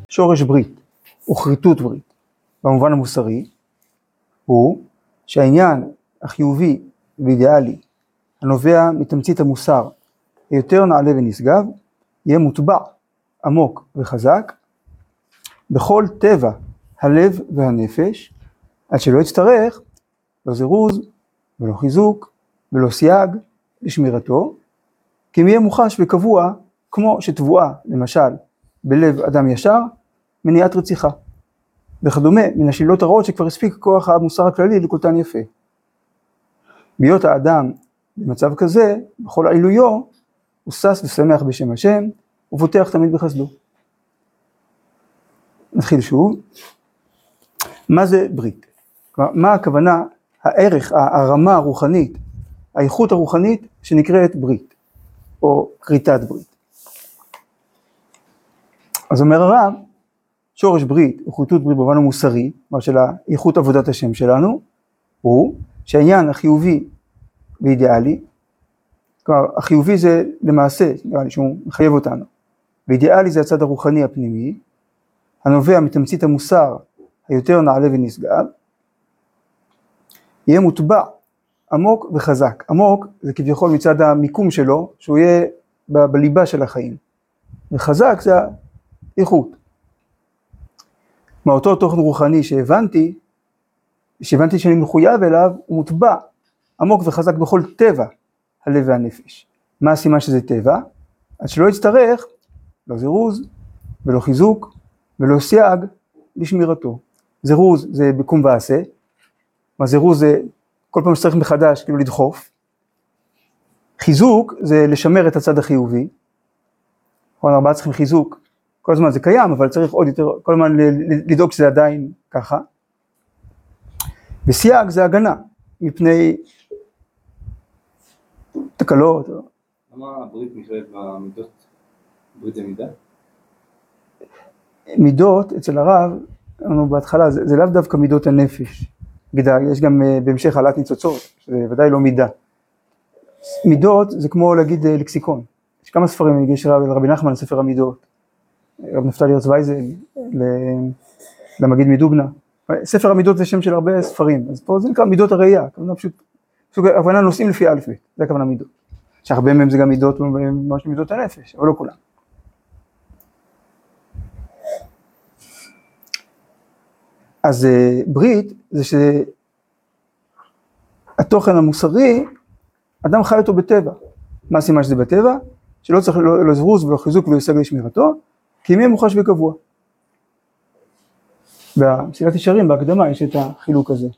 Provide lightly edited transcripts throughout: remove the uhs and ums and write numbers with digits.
שורש ברית, וכריתות ברית, במובן המוסרי, הוא שהעניין החיובי ואידיאלי, הנובע מתמצית המוסר, היותר נעלה ונשגב, יהיה מוטבע, עמוק וחזק, בכל טבע הלב והנפש, עד שלא יצטרך לא זירוז ולא חיזוק ולא סייג לשמירתו, כי אם יהיה מוחש וקבוע, כמו שטבועה למשל בלב אדם ישר, מניעת רציחה, וכדומה מן השלילות הרעות שכבר הספיק כוח המוסר הכללי לקולטן יפה. בהיות האדם במצב כזה, בכל עילויו, הוא שש ושמח בשם השם, ובוטח תמיד בחסדו. נתחיל שוב. מה זה ברית? מה הכוונה, הערך, הרמה הרוחנית, האיכות הרוחנית שנקראת ברית, או כריתת ברית? אז אומר הרב, שורש ברית, וכריתות ברית במובן המוסרי, מה של האיכות עבודת השם שלנו, הוא שהעניין החיובי ואידיאלי, כלומר החיובי זה למעשה, נראה לי שהוא מחייב אותנו, ואידיאלי זה הצד הרוחני הפנימי, הנובע מתמצית המוסר היותר נעלה ונשגב, יהיה מוטבע עמוק וחזק. עמוק זה כביכול מצד המיקום שלו, שהוא יהיה בליבה של החיים, וחזק זה האיכות. מאותו תוכן רוחני שהבנתי שאני מחויב אליו, הוא מוטבע עמוק וחזק בכל טבע הלב והנפש. מה הסימן שזה טבע? עד שלא יצטרך לא זירוז ולא חיזוק ולא סייג לשמירתו. זירוז זה בקום ועשה, מה זירוז זה כל פעם שצריך מחדש כאילו לדחוף. חיזוק זה לשמר את הצד החיובי, ארבעה צריכים חיזוק, כל הזמן זה קיים, אבל צריך עוד יותר, כל הזמן לדאוג שזה עדיין ככה. וסייג זה הגנה, מפני תקלות. למה הברית נכללת במידות? ברית זה מידה? מידות, אצל הרב, בהתחלה, זה לאו דווקא מידות הנפש. יש גם בהמשך העלת ניצוצות, שזה ודאי לא מידה. מידות זה כמו להגיד לקסיקון. יש כמה ספרים, יש רבי נחמן, ספר המידות. רב נפתלי הרצווייזל, למגיד מדובנה. ספר המידות זה שם של הרבה ספרים, אז פה זה נקרא מידות הראייה, כמובן פשוט הכוונה נושאים לפי אלף בית, זה הכוונה מידות. שהרבה מהם זה גם מידות, ממש מידות הנפש, אבל לא כולם. אז ברית זה שהתוכן המוסרי, אדם חי אותו בטבע. מה הסימן שזה בטבע? שלא צריך לא זירוז ולא חיזוק ולא ישג לשמירתו, כי אם יהיה מוחש וקבוע. במסילת ישרים, בהקדמה, יש את החילוק הזה.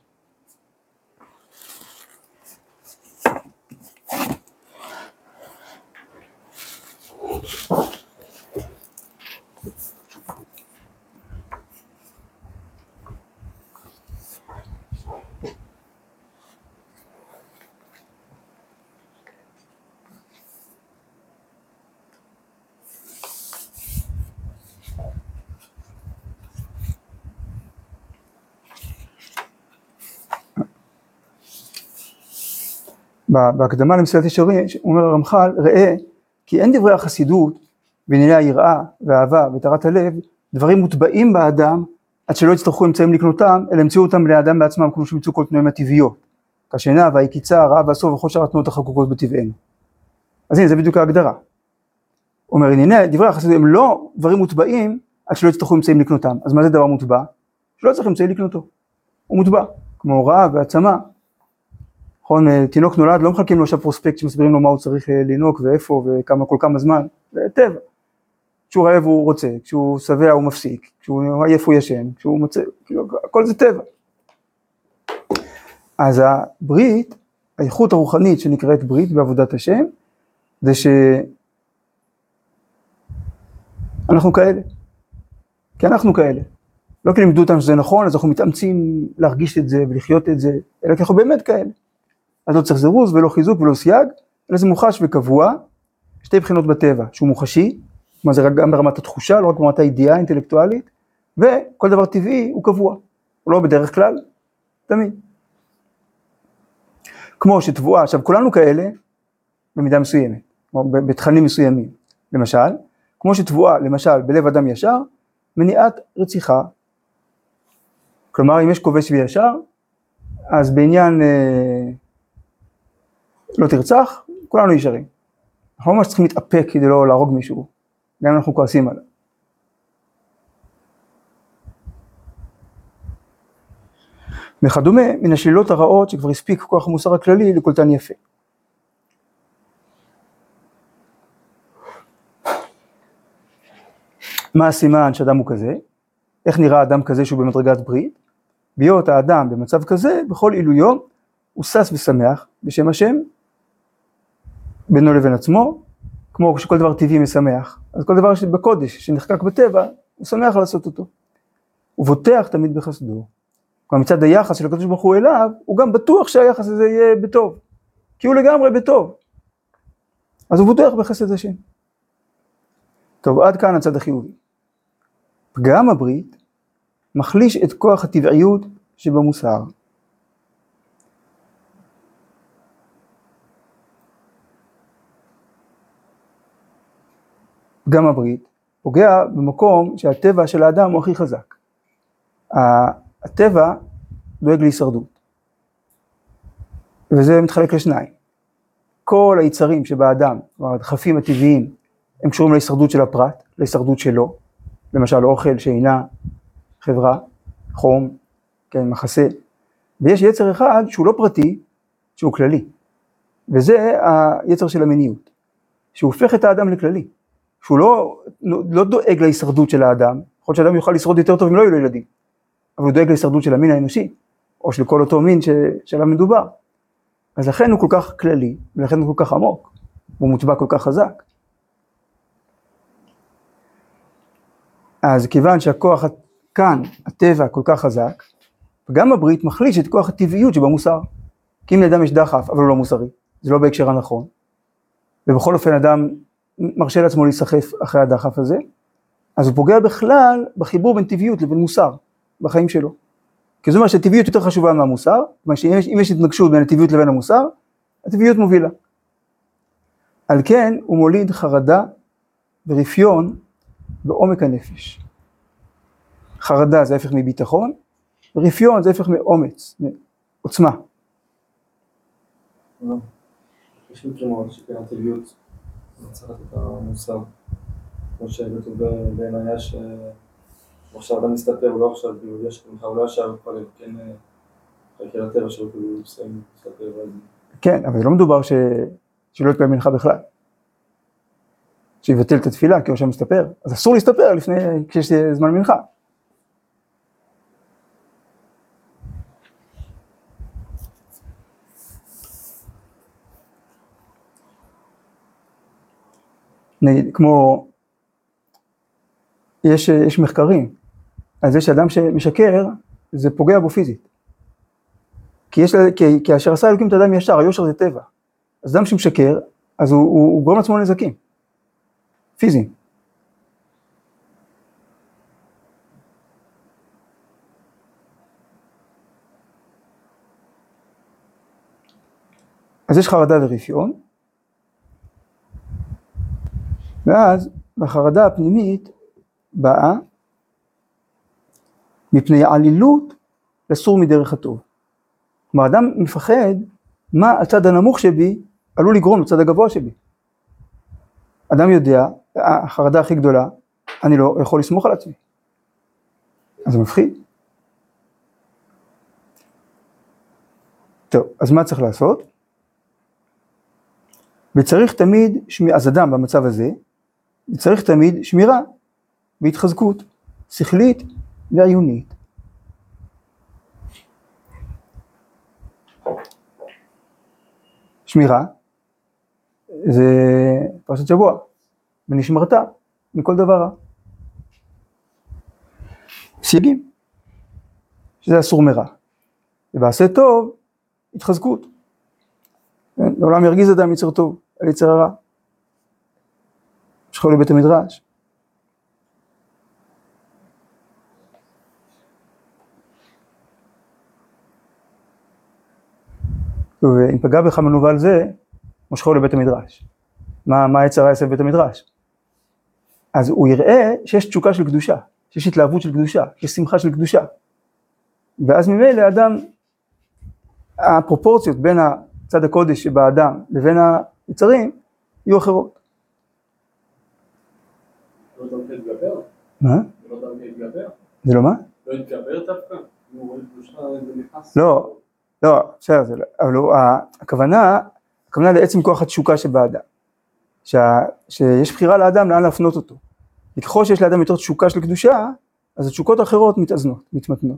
בהקדמה למסילת ישרים, אומר הרמח"ל, ראה כי אין דברי החסידות בענייני היראה והאהבה וטהרת הלב, דברים מוטבעים באדם עד שלא יצטרכו אמצעים לקנותם, אלא ימצאו אותם בני האדם בעצמם כמו שמצאו כל תנועים הטבעיות, כשנה והיקיצה, הרעה והסוף וכל שאר התנועות החקוקות בטבענו. אז הנה, זה בדיוק ההגדרה. אומר, הנה, דברי החסידות הם לא דברים מוטבעים עד שלא יצטרכו אמצעים לקנותם. אז מה זה דבר מוטבע? שלא צריך אמצעים לקנותו. הוא מוטבע, כמו הוראה והעצמה. נכון, תינוק נולד, לא מחלקים לו עכשיו פרוספקט שמסבירים לו מה הוא צריך לינוק ואיפה וכמה, כל כמה זמן, זה טבע. כשהוא רעב הוא רוצה, כשהוא שבע הוא מפסיק, כשהוא עייף הוא ישן, כשהוא מוצא, הכל זה טבע. אז הברית, האיכות הרוחנית שנקראת ברית בעבודת השם, זה שאנחנו כאלה, כי אנחנו כאלה. לא כי לימדו אותנו שזה נכון, אז אנחנו מתאמצים להרגיש את זה ולחיות את זה, אלא כי אנחנו באמת כאלה. אז לא צריך זירוז ולא חיזוק ולא סייג, אלא זה מוחש וקבוע, שתי בחינות בטבע, שהוא מוחשי, מה זה גם ברמת התחושה, לא רק ברמת הידיעה האינטלקטואלית, וכל דבר טבעי הוא קבוע, הוא לא בדרך כלל, תמיד. כמו שטבועה, עכשיו כולנו כאלה, במידה מסוימת, או בתכנים מסוימים, למשל, כמו שטבועה, למשל, בלב אדם ישר, מניעת רציחה. כלומר, אם יש כובש וישר, אז בעניין לא תרצח, כולנו ישרים. אנחנו לא ממש צריכים להתאפק כדי לא להרוג מישהו, גם אם אנחנו כועסים עליו. וכדומה מן השלילות הרעות שכבר הספיק כוח המוסר הכללי לקולטן יפה. מה הסימן שאדם הוא כזה? איך נראה אדם כזה שהוא במדרגת ברית? בהיות האדם במצב כזה, בכל עילויו הוא שש ושמח בשם השם, בינו לבין עצמו, כמו שכל דבר טבעי משמח. אז כל דבר בקודש שנחקק בטבע, הוא שמח לעשות אותו. הוא בוטח תמיד בחסדו. כלומר מצד היחס של הקדוש ברוך הוא אליו, הוא גם בטוח שהיחס הזה יהיה בטוב. כי הוא לגמרי בטוב. אז הוא בוטח בחסד השם. טוב, עד כאן הצד החיובי. פגם הברית מחליש את כוח הטבעיות שבמוסר. פגם הברית פוגע במקום שהטבע של האדם הוא הכי חזק. הטבע דואג להישרדות. וזה מתחלק לשניים. כל היצרים שבאדם, הדחפים הטבעיים, הם קשורים להישרדות של הפרט, להישרדות שלו. למשל אוכל, שינה, חברה, חום, כן, מחסה. ויש יצר אחד שהוא לא פרטי, שהוא כללי. וזה היצר של המיניות. שהוא הופך את האדם לכללי. שהוא לא דואג להישרדות של האדם. יכול להיות שאדם יוכל לשרוד יותר טוב אם לא יהיו לו ילדים. אבל הוא דואג להישרדות של המין האנושי. או של כל אותו מין שעליו מדובר. אז לכן הוא כל כך כללי, ולכן הוא כל כך עמוק. הוא מוטבע כל כך חזק. אז כיוון שהכוח כאן, הטבע כל כך חזק, וגם הברית מחליש את כוח הטבעיות שבמוסר. כי אם לאדם יש דחף, אבל הוא לא מוסרי, זה לא בהקשר הנכון. ובכל אופן אדם מרשה לעצמו להיסחף אחרי הדחף הזה, אז הוא פוגע בכלל בחיבור בין טבעיות לבין מוסר בחיים שלו. כי זאת אומרת שהטבעיות יותר חשובה מהמוסר, כלומר שאם יש התנגשות בין הטבעיות לבין המוסר, הטבעיות מובילה. על כן הוא מוליד חרדה ורפיון בעומק הנפש. חרדה זה הפך מביטחון, ורפיון זה הפך מאומץ, מעוצמה. יש מקרים מאוד שכן הטבעיות מצחת את המוסר, כמו שכתוב בעינייה שעכשיו אדם מסתתר, הוא לא עכשיו ביהודי השכנך, הוא לא ישר פרק, כן, חקר הטבע שלו, הוא מסתתר. כן, אבל זה לא מדובר שלא יתפעל מנחה בכלל. שיבטל את התפילה, כי הוא שם מסתפר. אז אסור להסתפר לפני, כשיש זמן מנחה. כמו, יש מחקרים, על זה שאדם שמשקר, זה פוגע בו פיזית. כי אשר עשה אלוקים את האדם ישר, היושר זה טבע. אז אדם שמשקר, אז הוא גורם לעצמו נזקים. פיזיים. אז יש חרדה ורפיון, ואז בחרדה הפנימית באה מפני עלילות לסור מדרך הטוב. כלומר, אדם מפחד מה הצד הנמוך שבי עלול לגרום לצד הגבוה שבי. אדם יודע, החרדה הכי גדולה, אני לא יכול לסמוך על עצמי. אז זה מפחיד. טוב, אז מה צריך לעשות? וצריך תמיד, אז אדם במצב הזה, צריך תמיד שמירה והתחזקות, שכלית ועיונית. שמירה, זה פרשת שבוע, ונשמרת מכל דבר רע. סייגים, שזה אסור מרע. ובעשה טוב, התחזקות. לעולם ירגיז אדם יצר טוב, על יצר הרע. שכחו לבית המדרש. ואם פגע בך מנוול זה, מושכו לבית המדרש. מה היצר הרע יעשה בבית המדרש? אז הוא יראה שיש תשוקה של קדושה, שיש התלהבות של קדושה, יש שמחה של קדושה. ואז ממילא אדם, הפרופורציות בין הצד הקודש שבאדם לבין היצרים, יהיו אחרות. לא דרכי להתגבר? מה? לא דרכי להתגבר? זה לא מה? לא להתגבר דווקא? נו, רואים קדושה, זה נכנס. לא, בסדר, זה לא. אבל הכוונה לעצם כוח התשוקה שבאדם. שיש בחירה לאדם לאן להפנות אותו. וככל שיש לאדם יותר תשוקה של קדושה, אז התשוקות האחרות מתאזנות, מתמתנות.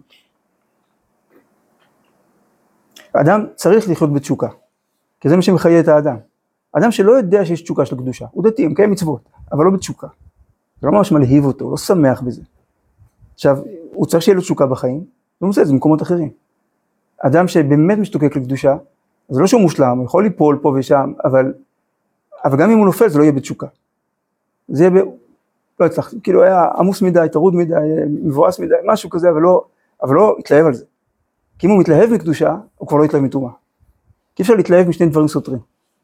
האדם צריך לחיות בתשוקה, כי זה מה שמחיה את האדם. האדם שלא יודע שיש תשוקה של קדושה, הוא דתי, מקיים מצוות, אבל לא בתשוקה. זה לא ממש מלהיב אותו, לא שמח בזה. עכשיו, הוא צריך שיהיה לו תשוקה בחיים, לא מוצא את זה במקומות אחרים. אדם שבאמת משתוקק לקדושה, אז לא שהוא מושלם, הוא יכול ליפול פה ושם, אבל גם אם הוא נופל, זה לא יהיה בתשוקה. זה יהיה לא הצלחתי, כאילו היה עמוס מדי, טרוד מדי, מבואס מדי, משהו כזה, אבל לא התלהב על זה. כי אם הוא מתלהב מקדושה, הוא כבר לא יתלהב מתרומה. כי אפשר להתלהב משני דברים סותרים.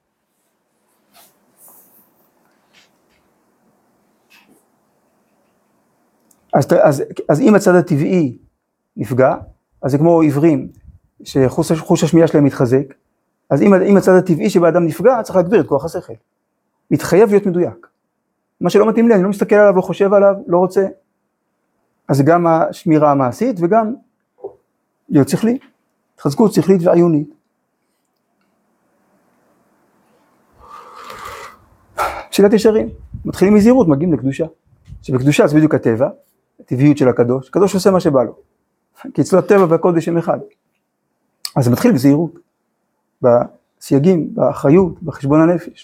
אז אם הצד הטבעי נפגע, אז זה כמו עיוורים, שחוש השמיעה שלהם מתחזק, אז אם הצד הטבעי שבאדם נפגע, צריך להגביר את כוח השכל. להתחייב להיות מדויק. מה שלא מתאים לי, אני לא מסתכל עליו, לא חושב עליו, לא רוצה. אז זה גם השמירה המעשית, וגם להיות שכלי, התחזקות שכלית ועיונית. שאלת ישרים, מתחילים מזהירות, מגיעים לקדושה. שבקדושה זה בדיוק הטבע, הטבעיות של הקדוש, הקדוש עושה מה שבא לו. כי אצלו הטבע והקודש הם אחד. אז זה מתחיל בזהירות, בסייגים, באחריות, בחשבון הנפש.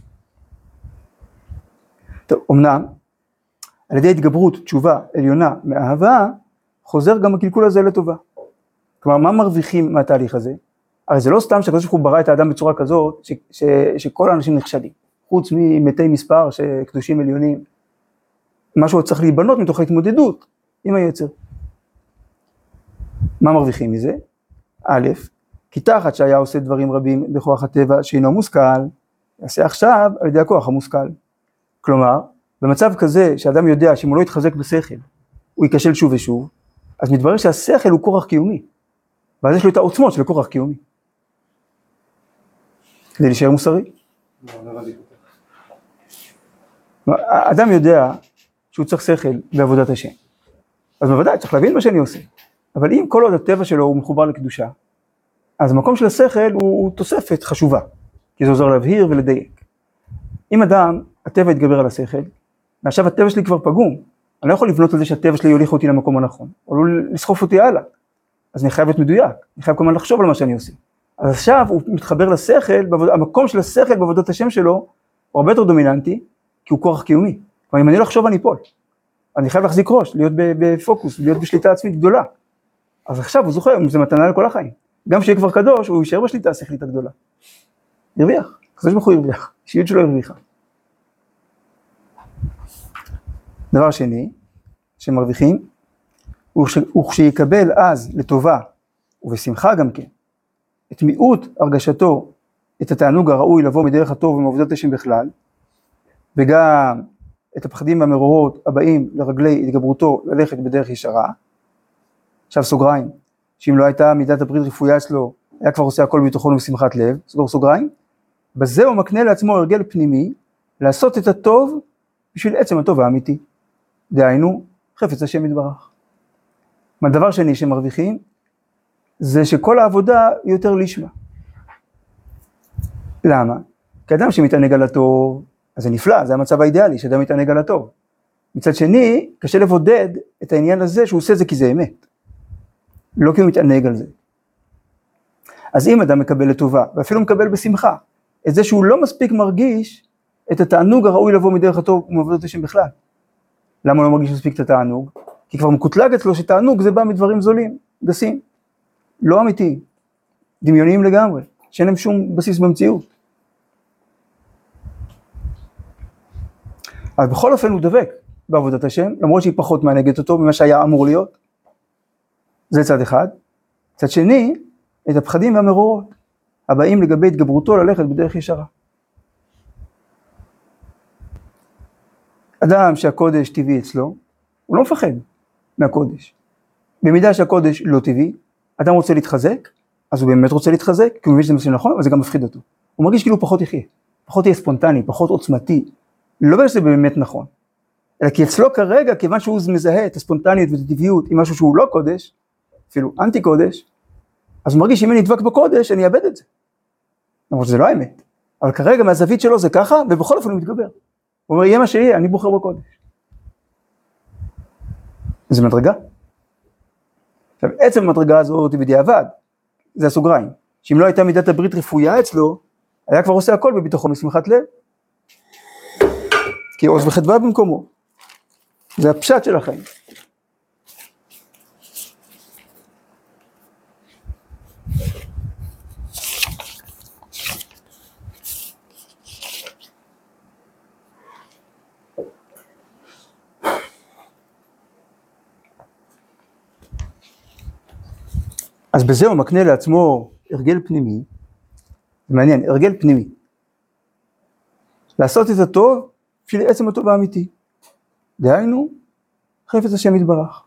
טוב, אמנם, על ידי התגברות, תשובה עליונה מאהבה, חוזר גם הקלקול הזה לטובה. כלומר, מה מרוויחים מהתהליך הזה? הרי זה לא סתם שהקדוש ברוך הוא ברא את האדם בצורה כזאת, שכל האנשים נכשלים. חוץ ממתי מספר שקדושים עליונים, משהו צריך להיבנות מתוך ההתמודדות עם היצר. מה מרוויחים מזה? א', כי תחת שהיה עושה דברים רבים בכוח הטבע שאינו מושכל, יעשה עכשיו על ידי הכוח המושכל. כלומר, במצב כזה שאדם יודע שאם הוא לא יתחזק בשכל, הוא ייכשל שוב ושוב, אז מתברר שהשכל הוא כורח קיומי, ואז יש לו את העוצמות של כורח קיומי. כדי להישאר מוסרי. האדם יודע שהוא צריך שכל בעבודת השם. אז בוודאי צריך להבין מה שאני עושה. אבל אם כל עוד הטבע שלו הוא מחובר לקדושה, אז המקום של השכל הוא תוספת חשובה, כי זה עוזר להבהיר ולדייק. אם אדם, הטבע יתגבר על השכל, ועכשיו הטבע שלי כבר פגום, אני לא יכול לבנות על זה שהטבע שלי יוליך אותי למקום הנכון, או לא לסחוף אותי הלאה. אז אני חייב להיות מדויק, אני חייב כל הזמן לחשוב על מה שאני עושה. אז עכשיו הוא מתחבר לשכל, המקום של השכל בעבודת השם שלו, הוא הרבה יותר דומיננטי, כי הוא כוח קיומי. כלומר, אם אני לא לחשוב אני אפול. אני חייב להחזיק ראש, להיות בפוקוס, להיות בשליטה עצמית גדולה. אז עכשיו הוא זוכר, זה מתנה לכל החיים. גם שיהיה כבר קדוש, הוא יישאר בשליטה השכלית הגדולה. ירוויח, חושב שבחור ירוויח, אישיות שלו ירוויחה. דבר שני, שמרוויחים, הוא שיקבל אז לטובה, ובשמחה גם כן, את מיעוט הרגשתו, את התענוג הראוי לבוא מדרך הטוב ומעבודת השם בכלל, וגם את הפחדים והמרורות הבאים לרגלי התגברותו ללכת בדרך ישרה. עכשיו סוגריים, שאם לא הייתה מידת הברית רפויה אצלו, היה כבר עושה הכל ביטחון ובשמחת לב, סגור סוגריים, בזה הוא מקנה לעצמו הרגל פנימי, לעשות את הטוב בשביל עצם הטוב האמיתי. דהיינו, חפץ השם יתברך. הדבר שני שמרוויחים, זה שכל העבודה היא יותר לשמה. למה? כי אדם שמתענג על הטוב, אז זה נפלא, זה המצב האידיאלי, שאדם מתענג על הטוב. מצד שני, קשה לבודד את העניין הזה שהוא עושה את זה כי זה אמת. לא כי הוא מתענג על זה. אז אם אדם מקבל לטובה, ואפילו מקבל בשמחה, את זה שהוא לא מספיק מרגיש את התענוג הראוי לבוא מדרך הטוב ומעבודת השם בכלל. למה הוא לא מרגיש מספיק את התענוג? כי כבר מקוטלג אצלו שתענוג זה בא מדברים זולים, גסים, לא אמיתיים, דמיוניים לגמרי, שאין להם שום בסיס במציאות. אז בכל אופן הוא דבק בעבודת השם, למרות שהיא פחות מענגת אותו ממה שהיה אמור להיות. זה צד אחד. צד שני, את הפחדים והמרורות, הבאים לגבי התגברותו ללכת בדרך ישרה. אדם שהקודש טבעי אצלו, הוא לא מפחד מהקודש. במידה שהקודש לא טבעי, אדם רוצה להתחזק, אז הוא באמת רוצה להתחזק, כי הוא מבין שזה מסוים נכון, אבל זה גם מפחיד אותו. הוא מרגיש כאילו פחות יחיה, פחות יהיה ספונטני, פחות עוצמתי, לא בגלל שזה באמת נכון, אלא כי אצלו כרגע, כיוון שהוא מזהה את הספונטניות ואת הטבעיות עם משהו שהוא לא קודש, אפילו אנטי קודש, אז הוא מרגיש שאם אני אדבק בקודש, אני אאבד את זה. למרות שזה לא האמת, אבל כרגע מהזווית שלו זה ככה, ובכל אופן הוא מתגבר. הוא אומר, יהיה מה שיהיה, אני בוחר בקודש. זה מדרגה. עכשיו, עצם המדרגה הזאת היא בדיעבד, זה הסוגריים, שאם לא הייתה מידת הברית רפויה אצלו, היה כבר עושה הכל בביטחון משמחת לב, כי עוז וחדווה במקומו, זה הפשט של החיים. אז בזה הוא מקנה לעצמו הרגל פנימי, זה מעניין, הרגל פנימי, לעשות את הטוב בשביל עצם הטוב האמיתי, דהיינו, חפץ השם יתברך.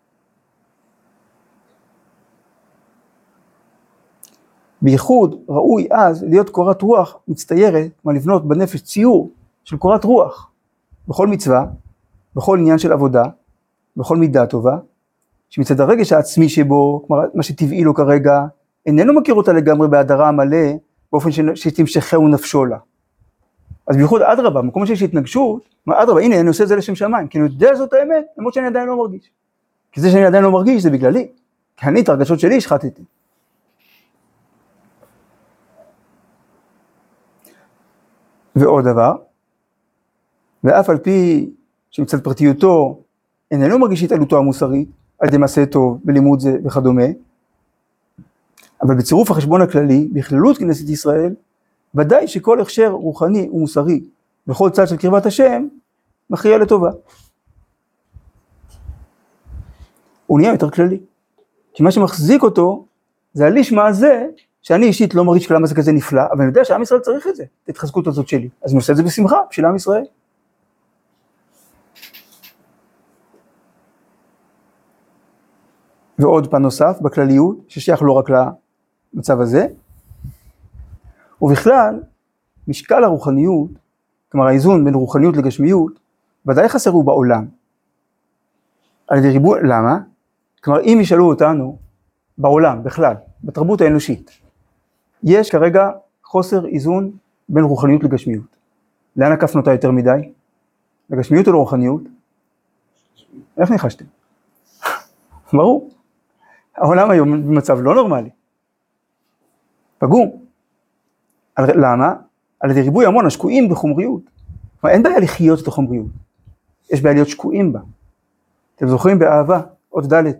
בייחוד ראוי אז להיות קורת רוח מצטיירת, מה לבנות בנפש ציור של קורת רוח, בכל מצווה, בכל עניין של עבודה, בכל מידה טובה, שמצד הרגש העצמי שבו, כלומר מה שטבעי לו כרגע, איננו מכיר אותה לגמרי בהדרה המלא, באופן שתמשכהו נפשו לה. אז בייחוד אדרבה, במקום שיש התנגשות, אדרבה, הנה אני עושה את זה לשם שמיים, כי אני יודע זאת האמת, למרות שאני עדיין לא מרגיש. כי זה שאני עדיין לא מרגיש זה בגללי, כי אני את הרגשות שלי השחטתי. ועוד דבר, ואף על פי שמצד פרטיותו איננו מרגיש התעלותו המוסרית, על ידי מעשה טוב, בלימוד זה וכדומה, אבל בצירוף החשבון הכללי, בכללות כנסת ישראל, ודאי שכל הכשר רוחני ומוסרי, בכל צד של קרבת השם, מכריע לטובה. הוא נהיה יותר כללי, כי מה שמחזיק אותו, זה הלישמה הזה, שאני אישית לא מרגיש למה זה כזה נפלא, אבל אני יודע שעם ישראל צריך את זה, את התחזקות הזאת שלי, אז אני עושה את זה בשמחה, בשביל עם ישראל. ועוד פן נוסף בכלליות, ששייך לא רק למצב הזה, ובכלל, משקל הרוחניות, כלומר האיזון בין רוחניות לגשמיות, ודאי חסר הוא בעולם. על ידי ריבוי, למה? כלומר, אם ישאלו אותנו, בעולם, בכלל, בתרבות האנושית, יש כרגע חוסר איזון בין רוחניות לגשמיות. לאן עקפנו אותה יותר מדי? לגשמיות או לרוחניות? איך ניחשתם? ברור. העולם היום במצב לא נורמלי. פגום. למה? על ידי ריבוי המון השקועים בחומריות. כלומר, אין בעיה לחיות את החומריות. יש בעיה להיות שקועים בה. אתם זוכרים באהבה, עוד ד'.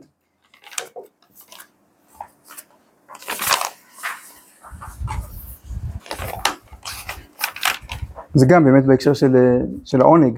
זה גם באמת בהקשר של העונג.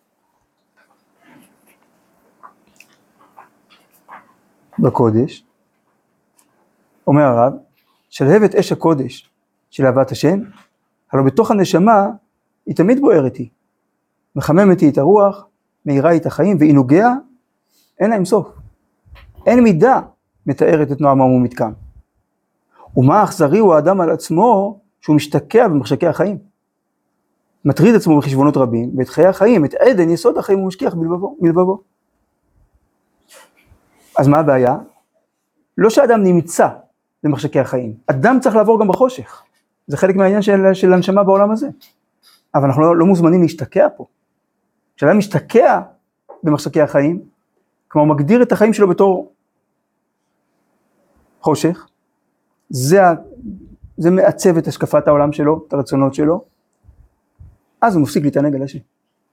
בקודש, אומר הרב, שלהבת אש הקודש של אהבת השם, הלוא בתוך הנשמה היא תמיד בוערת היא, מחממת היא את הרוח, מאירה היא את החיים, והיא נוגע, אין לה עם סוף. אין מידה מתארת את נועם ומתקם. ומה אכזרי הוא האדם על עצמו, שהוא משתקע במחשקי החיים. מטריד עצמו בחשבונות רבים, ואת חיי החיים, את עדן יסוד החיים הוא משכיח מלבבו. אז מה הבעיה? לא שהאדם נמצא במחשקי החיים, אדם צריך לעבור גם בחושך, זה חלק מהעניין של הנשמה בעולם הזה, אבל אנחנו לא מוזמנים להשתקע פה. כשאדם משתקע במחשקי החיים, כמו הוא מגדיר את החיים שלו בתור חושך, זה מעצב את השקפת העולם שלו, את הרצונות שלו, אז הוא מפסיק להתענג על השם.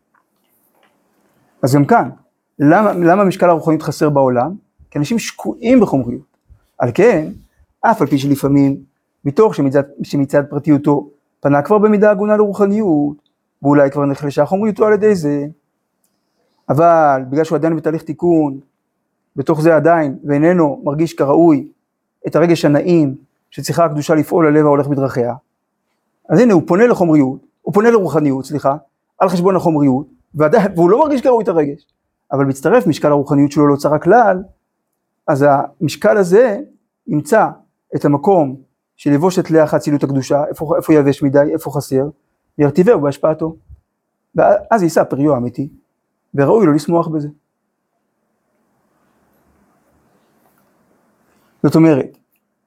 אז גם כאן, למה משקל הרוחניות חסר בעולם? כי אנשים שקועים בחומריות. על כן, אף על פי שלפעמים, מתוך שמצד פרטיותו, פנה כבר במידה הגונה לרוחניות, ואולי כבר נחלשה חומריותו על ידי זה, אבל בגלל שהוא עדיין בתהליך תיקון, בתוך זה עדיין, ואיננו מרגיש כראוי את הרגש הנעים, שצריכה הקדושה לפעול ללב ההולך בדרכיה, אז הנה הוא פונה לחומריות, הוא פונה לרוחניות, על חשבון החומריות, והוא לא מרגיש כראוי את הרגש, אבל מצטרף משקל הרוחניות שלו לא צרה כלל, אז המשקל הזה ימצא את המקום של לבוש את לאה חצילות הקדושה, איפה יבש מדי, איפה חסר, וירטיבהו בהשפעתו. ואז יישא פריו האמיתי, וראוי לו לשמוח בזה. זאת אומרת,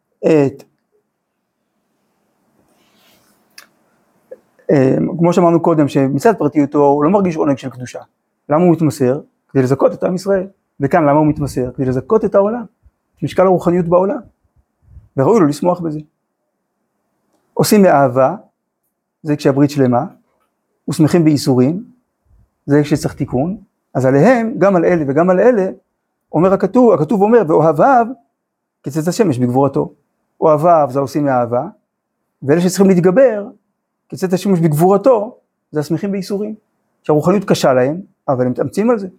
כמו שאמרנו קודם, שמצד פרטיותו הוא לא מרגיש עונג של קדושה. למה הוא מתמסר? כדי לזכות את עם ישראל. וכאן למה הוא מתמסר? כדי לזכות את העולם, משקל הרוחניות בעולם. וראוי לו לשמוח בזה. עושים מאהבה, זה כשהברית שלמה, ושמחים בייסורים, זה כשצריך תיקון, אז עליהם, גם על אלה וגם על אלה, אומר הכתוב אומר, ואוהביו, כצאת השמש בגבורתו. אוהביו זה עושים מאהבה, ואלה שצריכים להתגבר, כצאת השמש בגבורתו, זה השמחים בייסורים. שהרוחניות קשה להם, אבל הם מתאמצים על זה.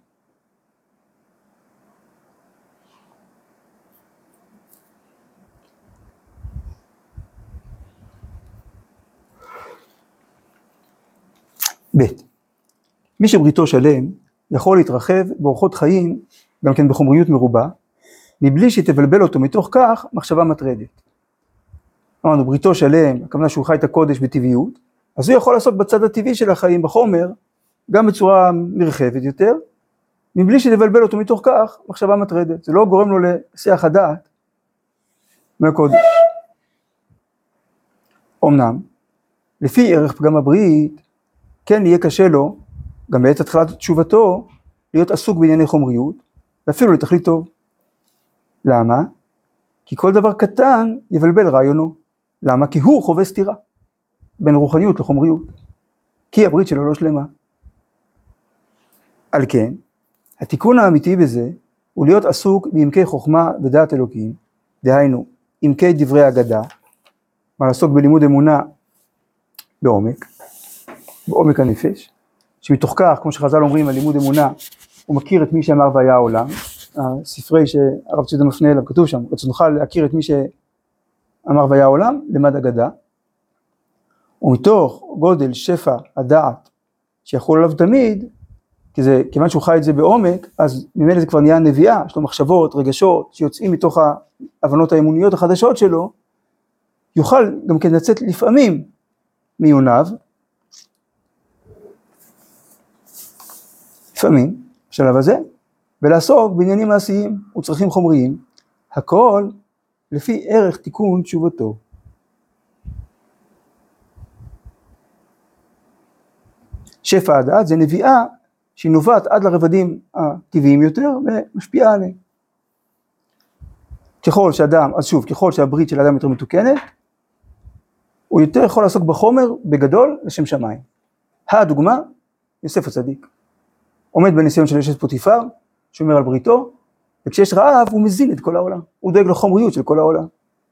ב' מי שבריתו שלם יכול להתרחב באורחות חיים גם כן בחומריות מרובה, מבלי שתבלבל אותו מתוך כך מחשבה מטרדת. אמרנו בריתו שלם, הכוונה שהוא חי את הקודש בטבעיות, אז הוא יכול לעשות בצד הטבעי של החיים בחומר, גם בצורה נרחבת יותר, מבלי שתבלבל אותו מתוך כך מחשבה מטרדת. זה לא גורם לו להסיח הדעת מהקודש. אמנם, לפי ערך פגם הברית, כן יהיה קשה לו, גם בעת התחלת תשובתו, להיות עסוק בענייני חומריות, ואפילו לתכלית טוב. למה? כי כל דבר קטן יבלבל רעיונו. למה? כי הוא חווה סתירה בין רוחניות לחומריות. כי הברית שלו לא שלמה. על כן, התיקון האמיתי בזה הוא להיות עסוק בעמקי חוכמה ודעת אלוקים, דהיינו, עמקי דברי אגדה, מה לעסוק בלימוד אמונה בעומק הנפש, שמתוך כך, כמו שחז"ל אומרים על לימוד אמונה, הוא מכיר את מי שאמר והיה העולם, הספרי שהרב ציודה מפנה אליו, כתוב שם, רצונך להכיר את מי שאמר והיה העולם, למד אגדה, ומתוך גודל שפע הדעת שיכול עליו תמיד, כיוון שהוא חי את זה בעומק, אז ממילא זה כבר נהיה נביאה, יש לו מחשבות, רגשות, שיוצאים מתוך ההבנות האמוניות החדשות שלו, יוכל גם כן לצאת לפעמים מעיוניו, לפעמים, בשלב הזה, ולעסוק בעניינים מעשיים וצרכים חומריים, הכל לפי ערך תיקון תשובתו. שפע הדעת זה נביאה שהיא נובעת עד לרבדים הטבעיים יותר ומשפיעה עליהם. ככל שאדם, אז שוב, ככל שהברית של האדם יותר מתוקנת, הוא יותר יכול לעסוק בחומר בגדול לשם שמיים. הדוגמה, יוסף הצדיק. עומד בניסיון של אשת פוטיפר, שומר על בריתו, וכשיש רעב הוא מזין את כל העולם. הוא דואג לחומריות של כל העולם.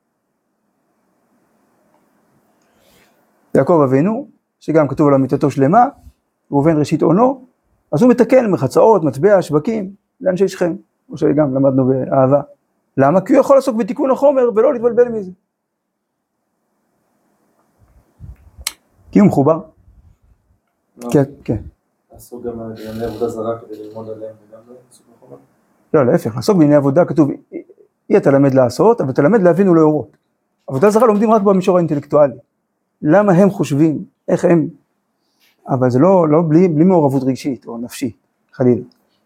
יעקב אבינו, שגם כתוב על מיתתו שלמה, הוא עובד ראשית עונו, אז הוא מתקן מחצאות, מטבע, שווקים, לאנשי שכם, כמו שגם למדנו באהבה. למה? כי הוא יכול לעסוק בתיקון החומר ולא להתבלבל מזה. כי הוא מחובר. כן, כן. לעסוק גם בענייני עבודה זרה כדי ללמוד עליהם וגם לעסוק בחומר? לא, להפך, לעסוק בענייני עבודה כתוב, אי תלמד לעשות, אבל תלמד להבין ולהורות. עבודה זרה לומדים רק במישור האינטלקטואלי. למה הם חושבים, איך הם, אבל זה לא בלי מעורבות רגשית או נפשית, חלילה.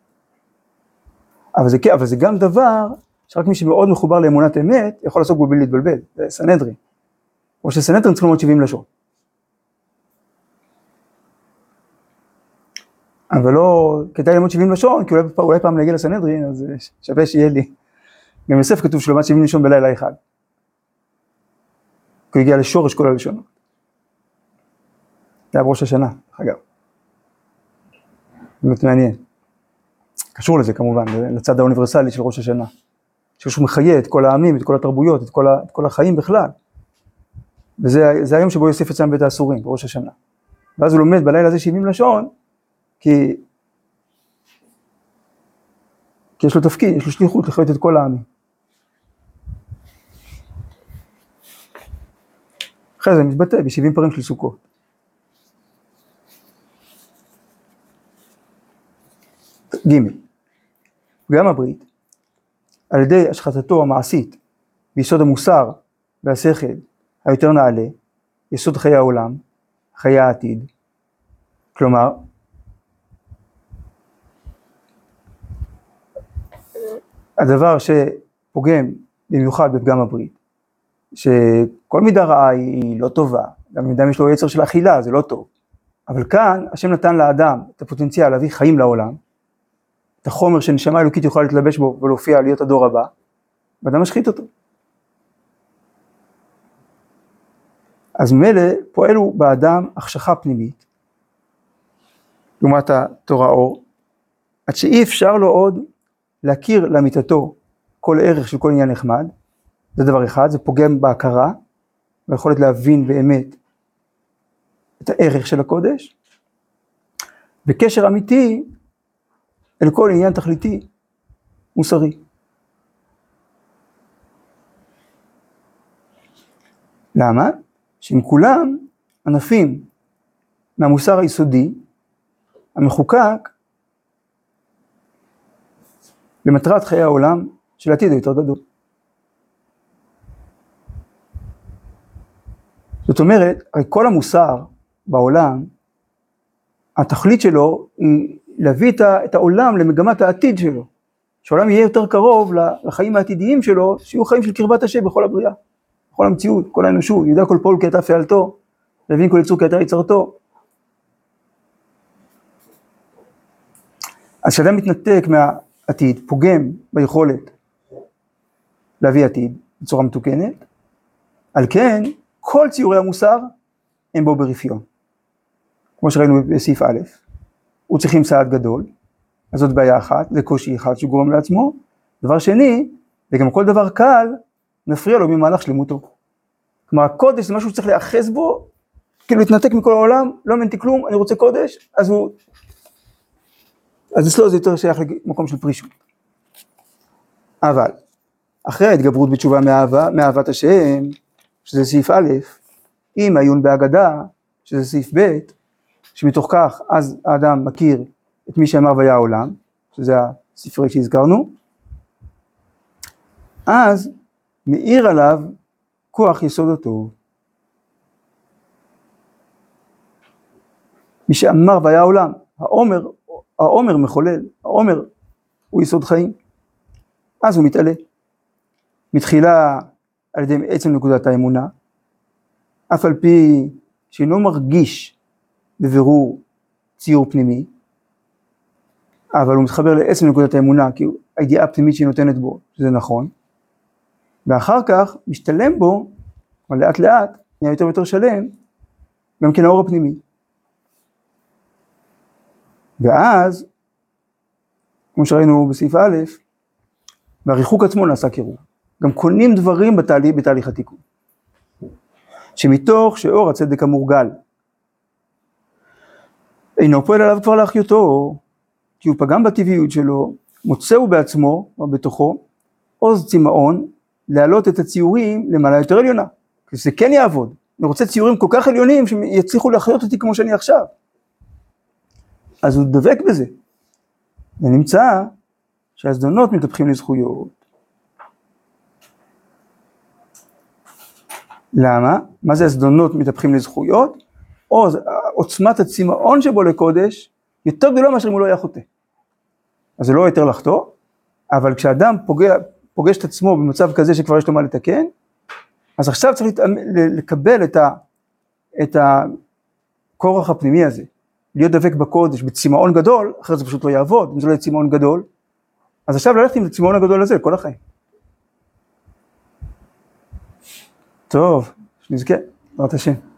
אבל זה גם דבר שרק מי שמאוד מחובר לאמונת אמת יכול לעסוק בו בלי להתבלבל, זה סנהדרין. או שסנהדרין צריכים ללמוד 70 לשון. אבל לא, כדאי ללמוד 70 לשון, כי אולי פעם להגיע לסנהדרין, אז שווה שיהיה לי. גם יוסף כתוב שהוא למד 70 לשון בלילה אחד. כי הוא הגיע לשורש כל הלשונות. זה היה בראש השנה, אגב. באמת מעניין. קשור לזה כמובן, לצד האוניברסלי של ראש השנה. שהוא מחיה את כל העמים, את כל התרבויות, את כל החיים בכלל. וזה היום שבו יוסף יצא מבית האסורים, בראש השנה. ואז הוא לומד בלילה הזה 70 לשון, כי יש לו תפקיד, יש לו שליחות לחיות את כל העמים. אחרי זה מתבטא ב70 פרים של סוכות. ג' פגם הברית, על ידי השחתתו המעשית ביסוד המוסר והשכל היותר נעלה, יסוד חיי העולם, חיי העתיד. כלומר, הדבר שפוגם במיוחד בפגם הברית, שכל מידה רעה היא לא טובה, גם אם אדם יש לו יצר של אכילה, זה לא טוב. אבל כאן, השם נתן לאדם את הפוטנציאל להביא חיים לעולם, את החומר שנשמה אלוקית יכולה להתלבש בו ולהופיע להיות הדור הבא, ואדם משחית אותו. אז מלא פועלו באדם החשכה פנימית, לעומת התורה אור, עד שאי אפשר לו עוד להכיר לאמיתתו כל ערך של כל עניין נחמד. זה דבר אחד, זה פוגם בהכרה, ביכולת להבין באמת את הערך של הקודש, בקשר אמיתי אל כל עניין תכליתי מוסרי. למה? שהם כולם ענפים מהמוסר היסודי המחוקק למטרת חיי העולם של העתיד היותר גדול. זאת אומרת, הרי כל המוסר בעולם, התכלית שלו היא להביא את העולם למגמת העתיד שלו, שהעולם יהיה יותר קרוב לחיים העתידיים שלו, שיהיו חיים של קרבת השם בכל הבריאה, בכל המציאות, כל האנושות, ידע כל פועל כי אתה פעלתו, להבין כל יצור כי אתה יצרתו. אז כשאדם מתנתק מהעתיד, פוגם ביכולת להביא עתיד בצורה מתוקנת, על כן כל ציורי המוסר הם בו ברפיון. כמו שראינו בסעיף א', הוא צריכים סעד גדול, אז זאת בעיה אחת, זה קושי אחד שהוא גורם לעצמו. דבר שני, וגם כל דבר קל, נפריע לו ממהלך שלמותו. כלומר, הקודש זה משהו שצריך להאחז בו, כאילו להתנתק מכל העולם, לא מנתי כלום, אני רוצה קודש, אז אצלו זה יותר שייך למקום של פרישות. אבל, אחרי ההתגברות בתשובה מאהבת השם, שזה סעיף א', עם העיון בהגדה, שזה סעיף ב', שמתוך כך אז האדם מכיר את מי שאמר והיה העולם, שזה הספרי שהזכרנו, אז מאיר עליו כוח יסוד הטוב. מי שאמר והיה העולם, העומר מחולל, העומר הוא יסוד חיים, אז הוא מתעלה. מתחילה על ידי עצם נקודת האמונה, אף על פי שאינו מרגיש בבירור ציור פנימי, אבל הוא מתחבר לעצם נקודת האמונה, כי הידיעה הפנימית שהיא נותנת בו, שזה נכון, ואחר כך משתלם בו, אבל לאט לאט, נהיה יותר ויותר שלם, גם כן האור הפנימי. ואז, כמו שראינו בסעיף א', והריחוק עצמו נעשה קירוב. גם קונים דברים בתהליך התיקון. שמתוך שאור הצדק המורגל, אינו פועל עליו כבר להחיותו, כי הוא פגם בטבעיות שלו, מוצאו בעצמו, או בתוכו, עוז צמאון, להעלות את הציורים למעלה יותר עליונה. כי זה כן יעבוד. אני רוצה ציורים כל כך עליונים, שיצליחו להחיות אותי כמו שאני עכשיו. אז הוא דבק בזה. ונמצא שהזדונות מתהפכים לזכויות. למה? מה זה הזדונות מתהפכים לזכויות? או עוצמת הצמאון שבו לקודש, יותר גדולה מאשר אם הוא לא היה חוטא. אז זה לא יותר לחטוא, אבל כשאדם פוגש את עצמו במצב כזה שכבר יש לו מה לתקן, אז עכשיו צריך לקבל את הכורח הפנימי הזה, להיות דבק בקודש בצמאון גדול, אחרי זה פשוט לא יעבוד, אם זה לא יהיה צמאון גדול, אז עכשיו ללכת עם הצמאון הגדול הזה כל החיים. טוב, שנזכה, בעזרת השם.